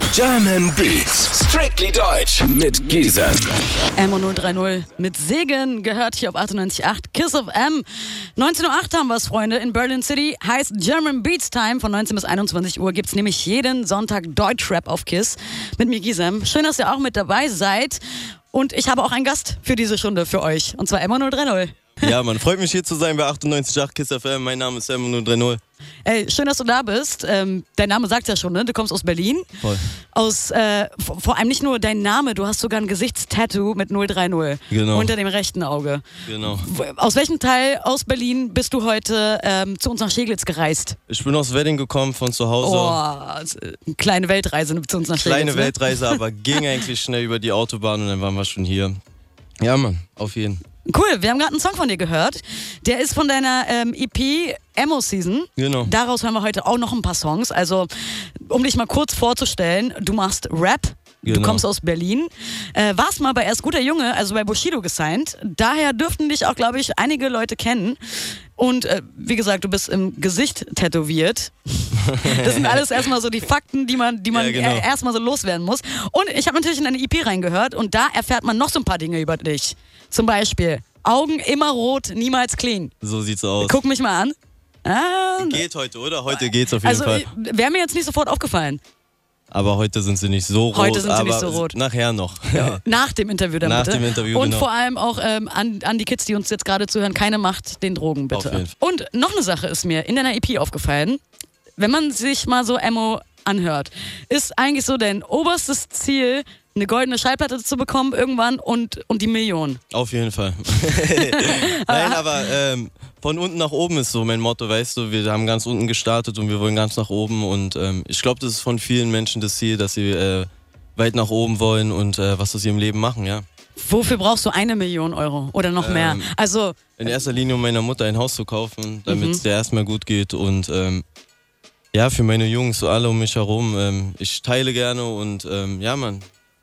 German Beats, strictly deutsch mit Gisem. M030 mit Segen gehört hier auf 98.8 Kiss of M. 19.08 Uhr haben wir es, Freunde, in Berlin City. Heißt German Beats Time. Von 19 bis 21 Uhr gibt es nämlich jeden Sonntag Deutschrap auf Kiss mit mir, Gisem. Schön, dass ihr auch mit dabei seid. Und ich habe auch einen Gast für diese Stunde für euch. Und zwar M030. Ja, man freut mich hier zu sein bei 98.8 Kiss FM. Mein Name ist M030. Ey, schön, dass du da bist. Dein Name sagt ja schon, ne? Du kommst aus Berlin. Voll. Vor allem nicht nur dein Name, du hast sogar ein Gesichtstattoo mit 030 Genau. unter dem rechten Auge. Genau. Aus welchem Teil aus Berlin bist du heute zu uns nach Steglitz gereist? Ich bin aus Wedding gekommen von zu Hause. Eine kleine Weltreise zu uns nach Steglitz. Kleine Weltreise, aber ging eigentlich schnell über die Autobahn und dann waren wir schon hier. Ja, Mann, auf jeden. Cool, wir haben gerade einen Song von dir gehört. Der ist von deiner EP Emo Season. Genau. Daraus hören wir heute auch noch ein paar Songs. Also, um dich mal kurz vorzustellen, du machst Rap. Genau. Du kommst aus Berlin, warst mal bei Erst guter Junge, also bei Bushido gesigned. Daher dürften dich auch, glaube ich, einige Leute kennen. Und wie gesagt, du bist im Gesicht tätowiert. Das sind alles erstmal so die Fakten, die man Ja, genau. erstmal so loswerden muss. Und ich habe natürlich in deine EP reingehört und da erfährt man noch so ein paar Dinge über dich. Zum Beispiel, Augen immer rot, niemals clean. So sieht's aus. Guck mich mal an. Geht heute, oder? Heute geht's auf jeden Fall. Wäre mir jetzt nicht sofort aufgefallen. Aber heute sind sie nicht so rot. Heute sind sie aber nicht so rot. Nachher noch. Ja. Nach dem Interview dann Nach bitte. dem Interview, Und genau. vor allem auch an die Kids, die uns jetzt gerade zuhören, keine Macht den Drogen, bitte. Auf jeden Fall. Und noch eine Sache ist mir in deiner EP aufgefallen. Wenn man sich mal so Emo anhört, ist eigentlich so dein oberstes Ziel, eine goldene Schallplatte zu bekommen irgendwann und die Million. Auf jeden Fall. Nein, aber von unten nach oben ist so mein Motto, weißt du. Wir haben ganz unten gestartet und wir wollen ganz nach oben. Und ich glaube, das ist von vielen Menschen das Ziel, dass sie weit nach oben wollen und was aus ihrem Leben machen, ja. Wofür brauchst du 1 Million Euro oder noch mehr? Also In erster Linie, um meiner Mutter ein Haus zu kaufen, damit es der erstmal gut geht. Und ja, für meine Jungs, so alle um mich herum. Ich teile gerne und ja, Mann.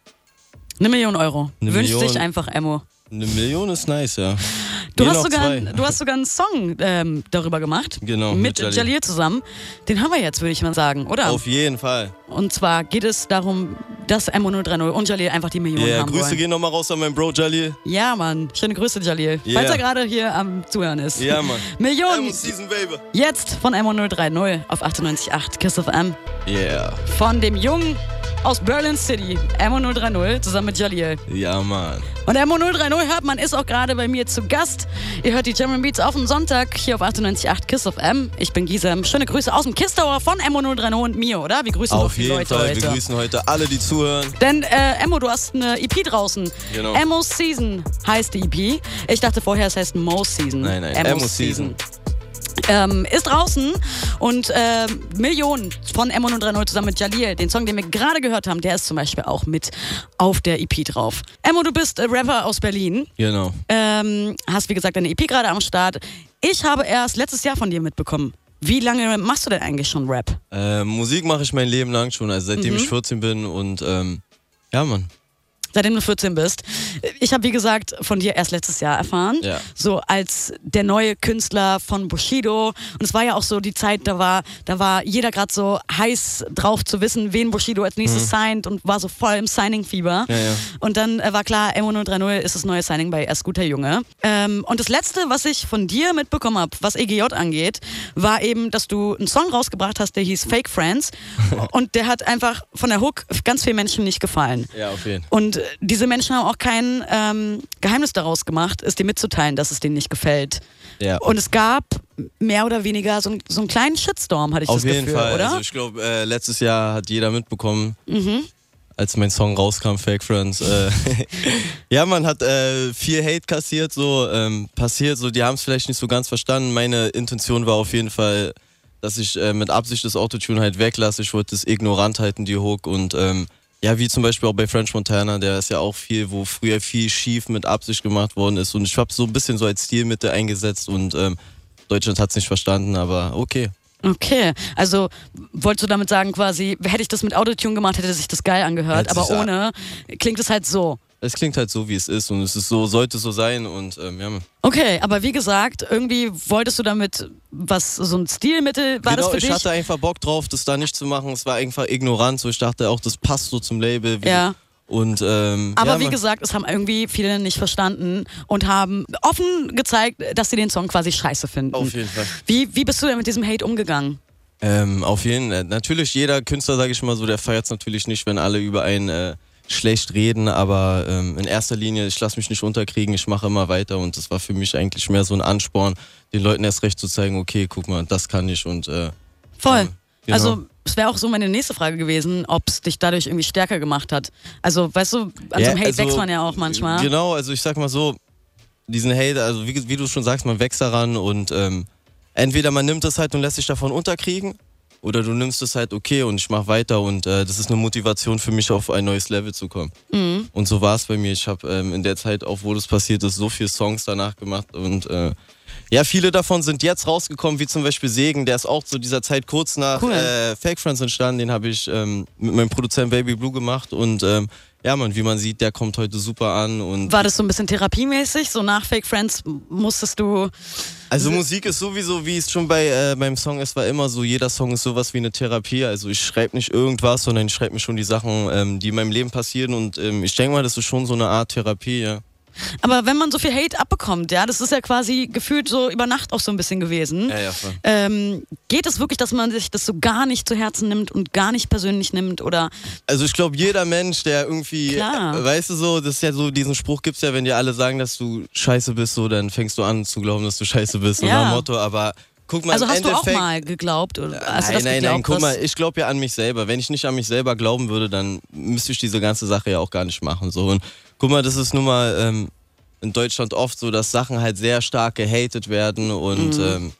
1 Million Euro. Eine Wünsch Million. dich einfach, Emo. 1 Million ist nice, ja. Du Gehen hast, auch sogar, zwei. du hast sogar einen Song darüber gemacht. Genau, Mit mit Jalil zusammen. Den haben wir jetzt, würde ich mal sagen, oder? Auf jeden Fall. Und zwar geht es darum, dass Emo030 und Jalil einfach die Millionen Ja, haben Grüße wollen. gehen nochmal raus an meinen Bro Jalil. Ja, Mann. Schöne Grüße, Jalil. Yeah. Falls er gerade hier am Zuhören ist. Ja, Mann. Millionen. Season, Baby. Jetzt von Emo030 auf 98.8 Kiss of M. Yeah. Von dem Jungen aus Berlin City. Emo030 zusammen mit Jalil. Ja, Mann. Und Emo030 hört man, ist auch gerade bei mir zu Gast. Ihr hört die German Beats auf dem Sonntag hier auf 98.8 Kiss of M. Ich bin Gisem. Schöne Grüße aus dem Kiss Tower von Emo030 und mir, oder? Wir grüßen doch Auf die jeden Leute Fall. heute. Wir grüßen heute alle, die zuhören. Denn Emo, du hast eine EP draußen. Genau. Emo Season heißt die EP. Ich dachte vorher, es heißt Mo Season. Nein, Emo Season. Ist draußen und Millionen von Emo030 zusammen mit Jalil. Den Song, den wir gerade gehört haben, der ist zum Beispiel auch mit auf der EP drauf. Emo, du bist Rapper aus Berlin. Genau. Hast, wie gesagt, eine EP gerade am Start. Ich habe erst letztes Jahr von dir mitbekommen. Wie lange machst du denn eigentlich schon Rap? Musik mache ich mein Leben lang schon, also seitdem ich 14 bin und ja, Mann. Seitdem du 14 bist. Ich habe, wie gesagt, von dir erst letztes Jahr erfahren. Ja. So als der neue Künstler von Bushido. Und es war ja auch so die Zeit, da war jeder gerade so heiß drauf zu wissen, wen Bushido als nächstes signed und war so voll im Signing-Fieber. Ja, ja. Und dann war klar, Emo030 ist das neue Signing bei Erst guter Junge. Und das Letzte, was ich von dir mitbekommen habe, was EGJ angeht, war eben, dass du einen Song rausgebracht hast, der hieß Fake Friends. Und der hat einfach von der Hook ganz vielen Menschen nicht gefallen. Ja, auf jeden Fall. Und diese Menschen haben auch kein Geheimnis daraus gemacht, es dir mitzuteilen, dass es denen nicht gefällt. Ja. Und es gab mehr oder weniger so einen kleinen Shitstorm, hatte ich Auf das Gefühl, jeden Fall. oder? Also ich glaube, letztes Jahr hat jeder mitbekommen, als mein Song rauskam, Fake Friends. Ja, man hat viel Hate kassiert, so passiert, so die haben es vielleicht nicht so ganz verstanden. Meine Intention war auf jeden Fall, dass ich mit Absicht das Autotune halt weglasse. Ich wollte das ignorant halten, die Hook und ja, wie zum Beispiel auch bei French Montana, der ist ja auch viel, wo früher viel schief mit Absicht gemacht worden ist. Und ich habe so ein bisschen so als Stilmittel eingesetzt und Deutschland hat es nicht verstanden, aber okay. Okay, also wolltest du damit sagen quasi, hätte ich das mit Autotune gemacht, hätte sich das geil angehört, Hätte aber sich- ohne klingt es halt so. es klingt halt so, wie es ist und es ist so, sollte so sein und ja, man. Okay, aber wie gesagt, irgendwie wolltest du damit so ein Stilmittel, war das für dich? Ich hatte einfach Bock drauf, das da nicht zu machen, es war einfach ignorant, so ich dachte auch, das passt so zum Label. Ja. Und, aber wie gesagt, es haben irgendwie viele nicht verstanden und haben offen gezeigt, dass sie den Song quasi scheiße finden. Auf jeden Fall. Wie bist du denn mit diesem Hate umgegangen? Auf jeden Fall. Natürlich, jeder Künstler, sage ich mal so, der feiert es natürlich nicht, wenn alle über einen schlecht reden, aber in erster Linie, ich lasse mich nicht unterkriegen, ich mache immer weiter und das war für mich eigentlich mehr so ein Ansporn, den Leuten erst recht zu zeigen, okay, guck mal, das kann ich und voll. Genau. Also es wäre auch so meine nächste Frage gewesen, ob es dich dadurch irgendwie stärker gemacht hat. Also weißt du, an so einem Hate wächst man ja auch manchmal. Genau, also ich sag mal so, diesen Hate, also wie du schon sagst, man wächst daran und entweder man nimmt das halt und lässt sich davon unterkriegen oder du nimmst es halt okay und ich mach weiter und das ist eine Motivation für mich, auf ein neues Level zu kommen. Mhm. Und so war es bei mir. Ich habe in der Zeit, auch wo das passiert ist, so viele Songs danach gemacht und ja, viele davon sind jetzt rausgekommen, wie zum Beispiel Segen, der ist auch zu dieser Zeit kurz nach Fake Friends entstanden, den habe ich mit meinem Produzenten Baby Blue gemacht und ja, man, wie man sieht, der kommt heute super an. Und war das so ein bisschen therapiemäßig? So nach Fake Friends musstest du... Also Musik ist sowieso, wie es schon beim Song ist, war immer so, jeder Song ist sowas wie eine Therapie. Also ich schreibe nicht irgendwas, sondern ich schreibe mir schon die Sachen, die in meinem Leben passieren und ich denke mal, das ist schon so eine Art Therapie, ja. Aber wenn man so viel Hate abbekommt, ja, das ist ja quasi gefühlt so über Nacht auch so ein bisschen gewesen. Ja, voll. Geht es wirklich, dass man sich das so gar nicht zu Herzen nimmt und gar nicht persönlich nimmt, oder? Also ich glaube, jeder Mensch, der irgendwie, weißt du so, das ist ja so, diesen Spruch gibt's ja, wenn dir alle sagen, dass du scheiße bist, so, dann fängst du an zu glauben, dass du scheiße bist, so nach Motto, aber guck mal, also hast Endeffekt, du auch mal geglaubt? Oder hast nein, guck mal, ich glaube ja an mich selber. Wenn ich nicht an mich selber glauben würde, dann müsste ich diese ganze Sache ja auch gar nicht machen, so. Und guck mal, das ist nun mal in Deutschland oft so, dass Sachen halt sehr stark gehatet werden und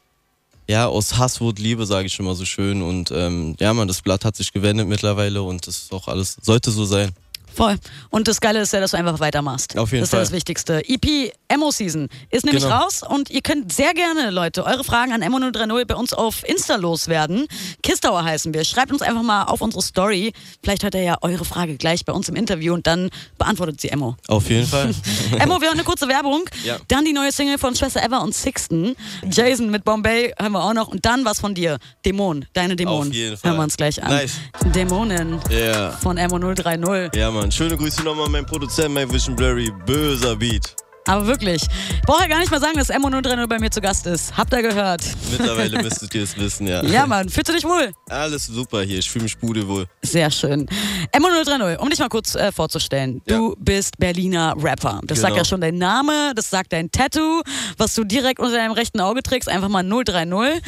ja, aus Hass wird Liebe, sage ich immer so schön und ja, man, das Blatt hat sich gewendet mittlerweile und das ist auch alles, sollte so sein. Voll. Und das Geile ist ja, dass du einfach weitermachst. Auf jeden Das ist Fall. ja das Wichtigste. EP Emo Season ist nämlich raus und ihr könnt sehr gerne, Leute, eure Fragen an Emo030 bei uns auf Insta loswerden. Kissdauer heißen wir. Schreibt uns einfach mal auf unsere Story. Vielleicht hört ihr ja eure Frage gleich bei uns im Interview und dann beantwortet sie Emo. Auf jeden Fall. Emo, wir haben eine kurze Werbung. Ja. Dann die neue Single von Schwester Eva und Sixten. Jason mit Bombay hören wir auch noch. Und dann was von dir. Dämon. Deine Dämonen. Auf jeden Fall. Hören wir uns gleich an. Nice. Dämonen von Emo030. Ja, Mann. Schöne Grüße nochmal an meinen Produzenten, mein Vision Blurry. Böser Beat. Aber wirklich. Ich brauche ja gar nicht mal sagen, dass Emo030 bei mir zu Gast ist. Habt ihr gehört? Mittlerweile müsstet ihr es wissen, ja. Ja, Mann. Fühlst du dich wohl? Alles super hier. Ich fühle mich pudelwohl. Sehr schön. Emo030, um dich mal kurz vorzustellen. Du bist Berliner Rapper. Das sagt ja schon dein Name, das sagt dein Tattoo, was du direkt unter deinem rechten Auge trägst. Einfach mal 030.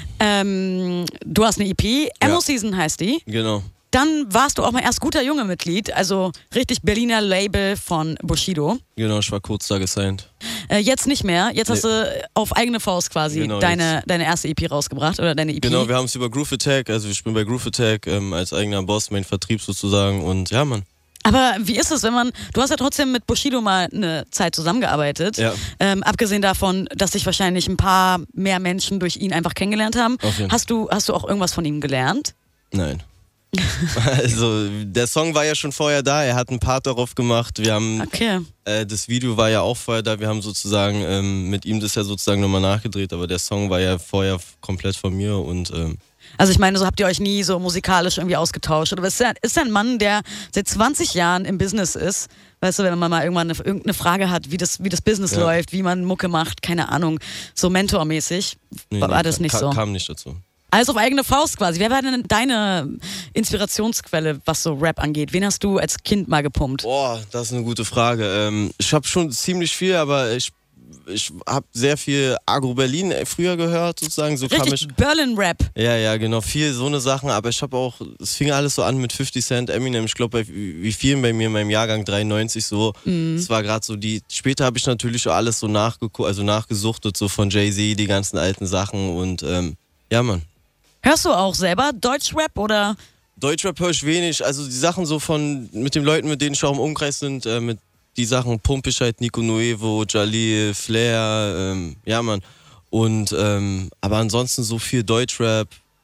Du hast eine EP. Emo Season heißt die. Genau. Dann warst du auch mal erst guter Junge-Mitglied, also richtig Berliner Label von Bushido. Genau, ich war kurz da gesigned. Jetzt nicht mehr. Jetzt hast du auf eigene Faust quasi deine erste EP rausgebracht oder deine EP. Genau, wir haben es über Groove Attack, also ich bin bei Groove Attack als eigener Boss, mein Vertrieb sozusagen und ja, Mann. Aber wie ist es, du hast ja trotzdem mit Bushido mal eine Zeit zusammengearbeitet. Ja. Abgesehen davon, dass sich wahrscheinlich ein paar mehr Menschen durch ihn einfach kennengelernt haben. Hast du auch irgendwas von ihm gelernt? Nein. Also, der Song war ja schon vorher da, er hat einen Part darauf gemacht, wir haben, das Video war ja auch vorher da, wir haben sozusagen mit ihm das ja sozusagen nochmal nachgedreht, aber der Song war ja vorher komplett von mir und also ich meine, so habt ihr euch nie so musikalisch irgendwie ausgetauscht, oder ist ja ein Mann, der seit 20 Jahren im Business ist, weißt du, wenn man mal irgendwann irgendeine Frage hat, wie das Business läuft, wie man Mucke macht, keine Ahnung, so mentormäßig, war das nicht so? Kam nicht dazu. Alles auf eigene Faust quasi. Wer war denn deine Inspirationsquelle, was so Rap angeht? Wen hast du als Kind mal gepumpt? Boah, das ist eine gute Frage. Ich habe schon ziemlich viel, aber ich habe sehr viel Agro Berlin früher gehört, sozusagen. So richtig Berlin-Rap. Ja, genau, viel so eine Sachen, aber ich habe auch, es fing alles so an mit 50 Cent, Eminem, ich glaube, wie vielen bei mir in meinem Jahrgang 93 so, es war gerade so später habe ich natürlich auch alles so nachgesuchtet, so von Jay-Z, die ganzen alten Sachen und ja, Mann. Hörst du auch selber Deutschrap oder? Deutschrap höre ich wenig, also die Sachen so mit den Leuten, mit denen ich auch im Umkreis sind, mit die Sachen pump ich halt, Nico Nuevo, Jalil, Flair, ja Mann. Und aber ansonsten so viel Deutschrap,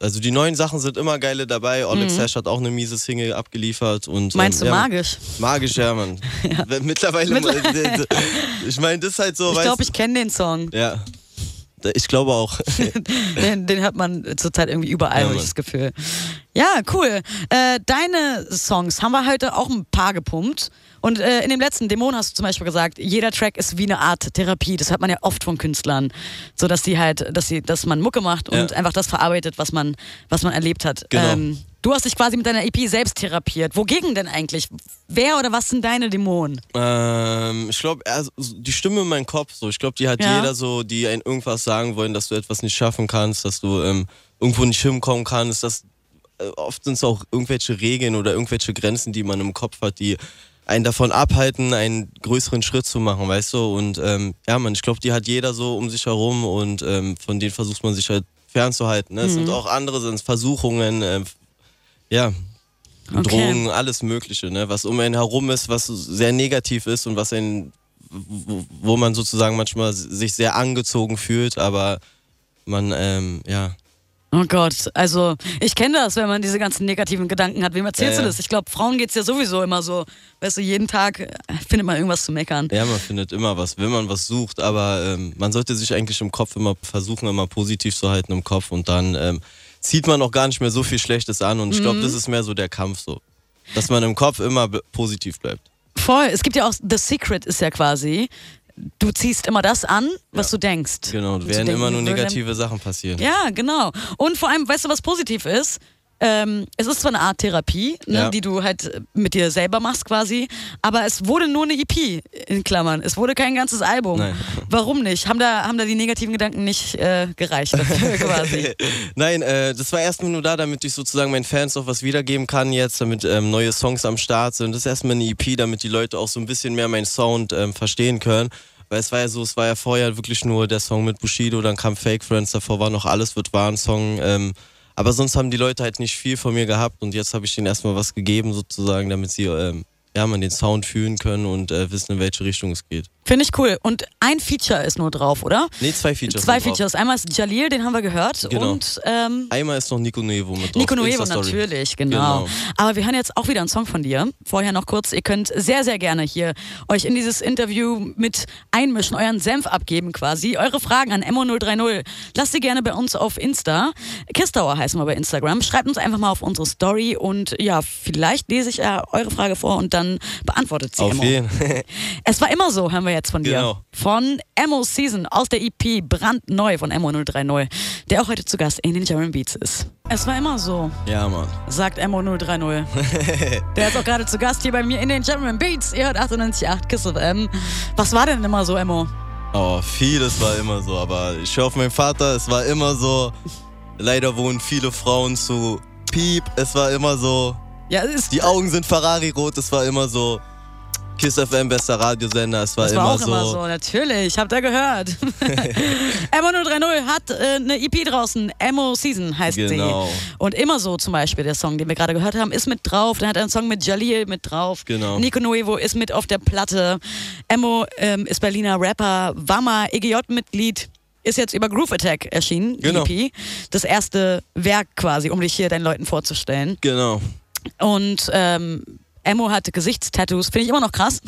Also die neuen Sachen sind immer geile dabei. Oleg Sash hat auch eine miese Single abgeliefert. Und, Meinst du magisch? Magisch, ja, Mann. Ja. Mittlerweile, ich meine, das ist halt so, ich glaube, ich kenne den Song. Ja, ich glaube auch. den hört man zurzeit irgendwie überall, habe ich das Gefühl. Ja, cool. Deine Songs haben wir heute auch ein paar gepumpt. Und in dem letzten Dämon hast du zum Beispiel gesagt, jeder Track ist wie eine Art Therapie. Das hört man ja oft von Künstlern. So, dass man Mucke macht und einfach das verarbeitet, was man erlebt hat. Genau. Du hast dich quasi mit deiner EP selbst therapiert. Wogegen denn eigentlich? Wer oder was sind deine Dämonen? Ich glaube, die Stimme in meinem Kopf, so. Ich glaube, die hat jeder so, die einem irgendwas sagen wollen, dass du etwas nicht schaffen kannst, dass du irgendwo nicht hinkommen kannst. Oft sind es auch irgendwelche Regeln oder irgendwelche Grenzen, die man im Kopf hat, die einen davon abhalten, einen größeren Schritt zu machen, weißt du? Und ich glaube, die hat jeder so um sich herum und von denen versucht man sich halt fernzuhalten. Ne? Es sind auch andere, sind Versuchungen, Drogen, alles Mögliche, ne? Was um einen herum ist, was sehr negativ ist und was wo man sozusagen manchmal sich sehr angezogen fühlt, aber man, Oh Gott, also ich kenne das, wenn man diese ganzen negativen Gedanken hat. Wem erzählst du das? Ich glaube, Frauen geht's ja sowieso immer so, weißt du, jeden Tag findet man irgendwas zu meckern. Ja, man findet immer was, wenn man was sucht, aber man sollte sich eigentlich im Kopf immer versuchen, immer positiv zu halten im Kopf und dann zieht man auch gar nicht mehr so viel Schlechtes an und ich glaube, das ist mehr so der Kampf so, dass man im Kopf immer positiv bleibt. Voll, es gibt ja auch, The Secret ist ja quasi, du ziehst immer das an, was du denkst. Genau, es werden immer nur negative Sachen passieren. Ja, genau. Und vor allem, weißt du, was positiv ist? Es ist zwar eine Art Therapie, ne, die du halt mit dir selber machst quasi, aber es wurde nur eine EP, in Klammern. Es wurde kein ganzes Album. Nein. Warum nicht? Haben da die negativen Gedanken nicht gereicht dafür quasi? Nein, das war erstmal nur damit ich sozusagen meinen Fans auch was wiedergeben kann jetzt, damit neue Songs am Start sind. Das ist erstmal eine EP, damit die Leute auch so ein bisschen mehr meinen Sound verstehen können. Weil es war ja vorher wirklich nur der Song mit Bushido, dann kam Fake Friends, davor war noch Alles wird wahr ein Song. Aber sonst haben die Leute halt nicht viel von mir gehabt und jetzt habe ich denen erstmal was gegeben sozusagen, damit sie den Sound fühlen können und wissen, in welche Richtung es geht. Finde ich cool. Und ein Feature ist nur drauf, oder? Nee, 2 Features. 2 Features. Einmal ist Jalil, den haben wir gehört. Genau. Und einmal ist noch Nico Nuevo mit drauf. Nico Nuevo natürlich, genau. Aber wir hören jetzt auch wieder einen Song von dir. Vorher noch kurz, ihr könnt sehr, sehr gerne hier euch in dieses Interview mit einmischen, euren Senf abgeben quasi. Eure Fragen an Emo030. Lasst sie gerne bei uns auf Insta. Kissdauer heißen wir bei Instagram. Schreibt uns einfach mal auf unsere Story und ja, vielleicht lese ich eure Frage vor und dann beantwortet sie Auf jeden. Es war immer so, hören wir jetzt von dir. Genau. Von Emo Season aus der EP brandneu von Emo030, der auch heute zu Gast in den German Beats ist. Es war immer so. Ja, Mann. Sagt Emo030. Der ist auch gerade zu Gast hier bei mir in den German Beats. Ihr hört 98.8 Kiss FM. Was war denn immer so, Emo? Oh, vieles war immer so, aber ich höre auf meinen Vater, es war immer so. Leider wohnen viele Frauen zu Piep, es war immer so. Ja, die Augen sind Ferrari-rot, es war immer so. Kiss FM, bester Radiosender, es war das immer war auch so. immer so, natürlich, habt ihr gehört. Emo030 hat eine EP draußen, Emo Season heißt sie. Und immer so zum Beispiel, der Song, den wir gerade gehört haben, ist mit drauf. Dann hat er einen Song mit Jalil mit drauf. Genau. Nico Nuevo ist mit auf der Platte. Emo ist Berliner Rapper, Wammer, EGJ-Mitglied. Ist jetzt über Groove Attack erschienen, die EP. Das erste Werk quasi, um dich hier deinen Leuten vorzustellen. Genau. Und Emo hatte Gesichtstattoos, finde ich immer noch krass.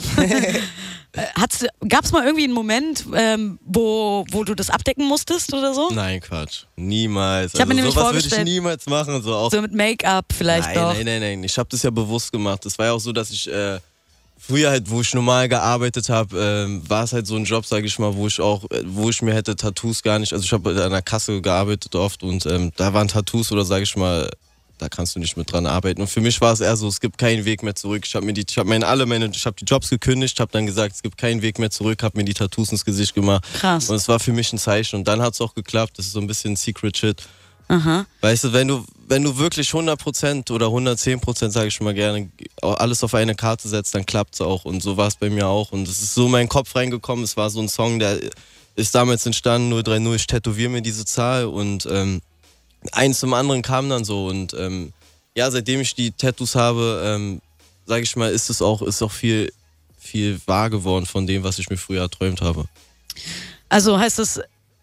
Gab es mal irgendwie einen Moment, wo du das abdecken musstest oder so? Nein, Quatsch. Niemals. Ich habe mir nämlich sowas vorgestellt, würde ich niemals machen. So mit Make-up vielleicht doch. Nein. Ich habe das ja bewusst gemacht. Das war ja auch so, dass ich früher halt, wo ich normal gearbeitet habe, war es halt so ein Job, sage ich mal, wo ich mir hätte Tattoos gar nicht, also ich habe an der Kasse gearbeitet oft und da waren Tattoos oder sage ich mal, da kannst du nicht mit dran arbeiten. Und für mich war es eher so, es gibt keinen Weg mehr zurück. Ich habe die Jobs gekündigt, habe dann gesagt, es gibt keinen Weg mehr zurück, habe mir die Tattoos ins Gesicht gemacht. Krass. Und es war für mich ein Zeichen. Und dann hat es auch geklappt. Das ist so ein bisschen Secret Shit. Aha. Weißt du, wenn du wirklich 100% oder 110%, sage ich schon mal gerne, alles auf eine Karte setzt, dann klappt es auch. Und so war es bei mir auch. Und es ist so in meinen Kopf reingekommen. Es war so ein Song, der ist damals entstanden, 030, ich tätowiere mir diese Zahl und eins zum anderen kam dann so und seitdem ich die Tattoos habe, sage ich mal, ist auch viel, viel wahr geworden von dem, was ich mir früher erträumt habe. Also heißt das,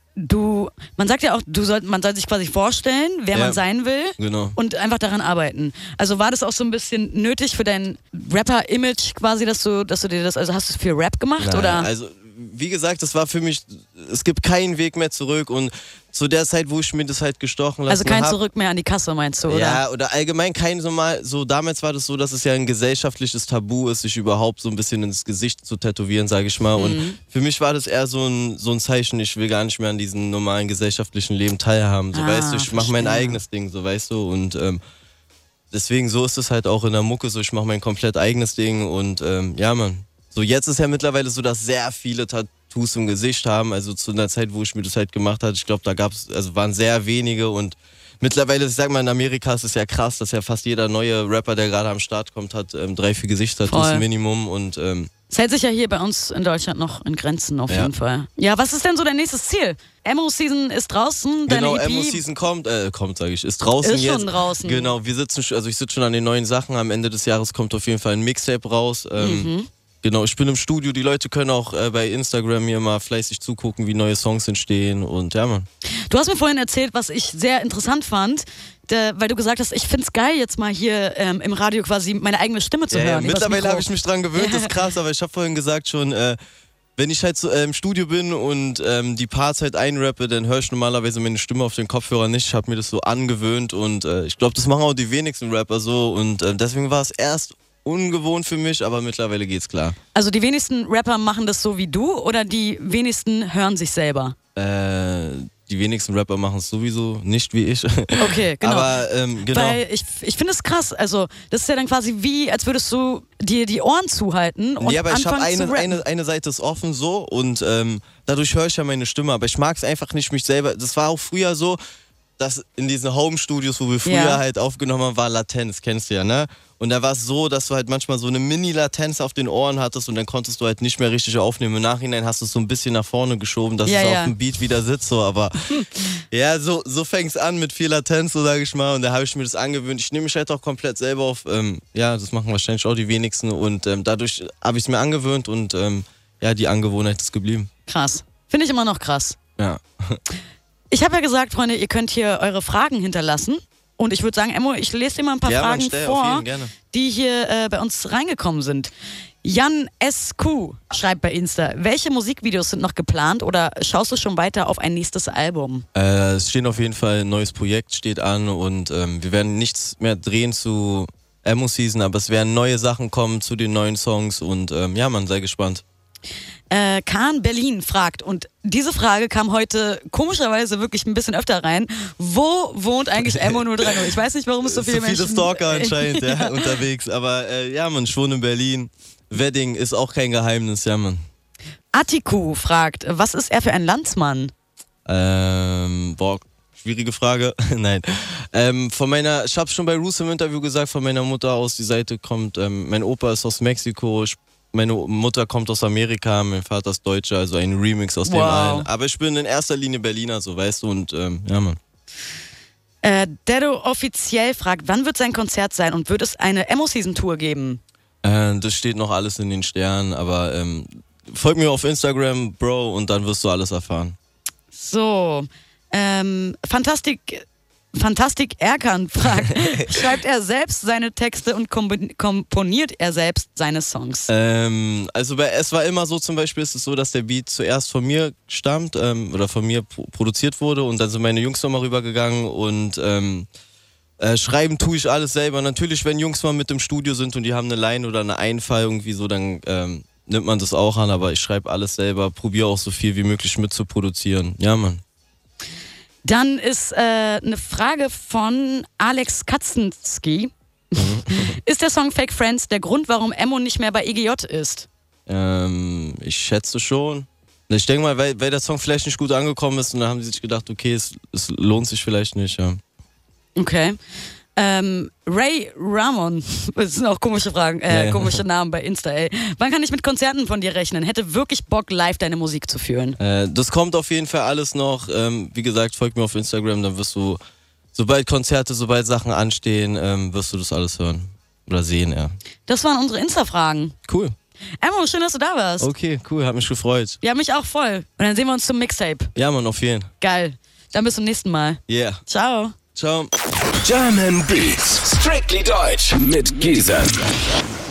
man sagt ja auch, man soll sich quasi vorstellen, wer man sein will und einfach daran arbeiten. Also war das auch so ein bisschen nötig für dein Rapper-Image quasi, dass du dir das, also hast du es für Rap gemacht? Nein, oder? Also wie gesagt, das war für mich, es gibt keinen Weg mehr zurück und zu der Zeit, wo ich mir das halt gestochen lasse. Also kein Zurück mehr an die Kasse, meinst du, oder? Ja, oder allgemein kein so damals war das so, dass es ja ein gesellschaftliches Tabu ist, sich überhaupt so ein bisschen ins Gesicht zu tätowieren, sage ich mal. Und für mich war das eher so ein Zeichen, ich will gar nicht mehr an diesem normalen gesellschaftlichen Leben teilhaben. So, weißt du, ich mache mein eigenes Ding, so, weißt du, und deswegen so ist es halt auch in der Mucke so, ich mache mein komplett eigenes Ding und ja, Mann. So, jetzt ist ja mittlerweile so, dass sehr viele Tattoos im Gesicht haben. Also zu einer Zeit, wo ich mir das halt gemacht hatte, ich glaube, waren sehr wenige und mittlerweile, ich sag mal, in Amerika ist es ja krass, dass ja fast jeder neue Rapper, der gerade am Start kommt, hat 3-4 Gesichtstattoos Minimum und es hält sich ja hier bei uns in Deutschland noch in Grenzen auf jeden Fall. Ja, was ist denn so dein nächstes Ziel? Emo-Season ist draußen, deine Genau, EP? Emo-Season ist draußen ist jetzt. Schon draußen. Genau, ich sitze schon an den neuen Sachen. Am Ende des Jahres kommt auf jeden Fall ein Mixtape raus. Genau, ich bin im Studio, die Leute können auch bei Instagram mir mal fleißig zugucken, wie neue Songs entstehen und ja, Mann. Du hast mir vorhin erzählt, was ich sehr interessant fand, weil du gesagt hast, ich find's geil, jetzt mal hier im Radio quasi meine eigene Stimme zu hören. Ja, mittlerweile habe ich mich dran gewöhnt, das ist krass, aber ich habe vorhin gesagt schon, wenn ich halt so, im Studio bin und die Parts halt einrappe, dann höre ich normalerweise meine Stimme auf den Kopfhörer nicht. Ich habe mir das so angewöhnt und ich glaube, das machen auch die wenigsten Rapper so und deswegen war es erst ungewohnt für mich, aber mittlerweile geht's klar. Also die wenigsten Rapper machen das so wie du oder die wenigsten hören sich selber? Die wenigsten Rapper machen es sowieso nicht wie ich. Okay, genau. Aber genau. Weil ich finde es krass, also das ist ja dann quasi wie, als würdest du dir die Ohren zuhalten und ja, aber ich habe anfangen eine Seite ist offen so und dadurch höre ich ja meine Stimme, aber ich mag es einfach nicht mich selber. Das war auch früher so, dass in diesen Home-Studios, wo wir früher halt aufgenommen haben, war Latenz, kennst du ja, ne? Und da war es so, dass du halt manchmal so eine Mini-Latenz auf den Ohren hattest und dann konntest du halt nicht mehr richtig aufnehmen. Im Nachhinein hast du es so ein bisschen nach vorne geschoben, dass es auf dem Beat wieder sitzt, so, aber ja, so fängt es an mit viel Latenz, so sage ich mal, und da habe ich mir das angewöhnt. Ich nehme mich halt auch komplett selber auf, ja, das machen wahrscheinlich auch die wenigsten und dadurch habe ich es mir angewöhnt und ja, die Angewohnheit ist geblieben. Krass. Finde ich immer noch krass. Ja. Ich habe ja gesagt, Freunde, ihr könnt hier eure Fragen hinterlassen. Und ich würde sagen, Emmo, ich lese dir mal ein paar Fragen vor, die hier bei uns reingekommen sind. Jan SQ schreibt bei Insta, welche Musikvideos sind noch geplant oder schaust du schon weiter auf ein nächstes Album? Es steht auf jeden Fall ein neues Projekt, steht an und wir werden nichts mehr drehen zu Emo-Season, aber es werden neue Sachen kommen zu den neuen Songs und ja, man, sei gespannt. Kahn Berlin fragt, und diese Frage kam heute komischerweise wirklich ein bisschen öfter rein, wo wohnt eigentlich Emo 030? Ich weiß nicht, warum es so viele Menschen... So viele Stalker anscheinend unterwegs, aber ja, man, ich wohne in Berlin. Wedding ist auch kein Geheimnis, ja, man. Atiku fragt, was ist er für ein Landsmann? Boah, schwierige Frage. Nein. Ich hab's schon bei Roos im Interview gesagt, von meiner Mutter aus, die Seite kommt, mein Opa ist aus Mexiko, meine Mutter kommt aus Amerika, mein Vater ist Deutscher, also ein Remix aus dem allen. Aber ich bin in erster Linie Berliner, so, weißt du, und ja, Mann. Dedo offiziell fragt, wann wird sein Konzert sein und wird es eine Emo-Season-Tour geben? Das steht noch alles in den Sternen, aber folg mir auf Instagram, Bro, und dann wirst du alles erfahren. So, Fantastik Erkan fragt, schreibt er selbst seine Texte und komponiert er selbst seine Songs? Also es war immer so, zum Beispiel ist es so, dass der Beat zuerst von mir stammt oder von mir produziert wurde und dann sind meine Jungs nochmal rübergegangen und schreiben tue ich alles selber. Natürlich, wenn Jungs mal mit im Studio sind und die haben eine Line oder eine Einfall irgendwie so, dann nimmt man das auch an, aber ich schreibe alles selber, probiere auch so viel wie möglich mitzuproduzieren. Ja, Mann. Dann ist eine Frage von Alex Katzenski. Ist der Song Fake Friends der Grund, warum Emo nicht mehr bei EGJ ist? Ich schätze schon. Ich denke mal, weil der Song vielleicht nicht gut angekommen ist und dann haben sie sich gedacht, okay, es lohnt sich vielleicht nicht, ja. Okay. Ray Ramon, das sind auch komische Fragen, komische Namen bei Insta, ey. Wann kann ich mit Konzerten von dir rechnen? Hätte wirklich Bock, live deine Musik zu führen. Das kommt auf jeden Fall alles noch. Wie gesagt, folg mir auf Instagram, dann wirst du, sobald Sachen anstehen, wirst du das alles hören. Oder sehen, ja. Das waren unsere Insta-Fragen. Cool. Emo, schön, dass du da warst. Okay, cool, hat mich gefreut. Ja, mich auch voll. Und dann sehen wir uns zum Mixtape. Ja, Mann, auf jeden. Geil. Dann bis zum nächsten Mal. Yeah. Ciao. Ciao. German Beats, strictly deutsch mit Giesen.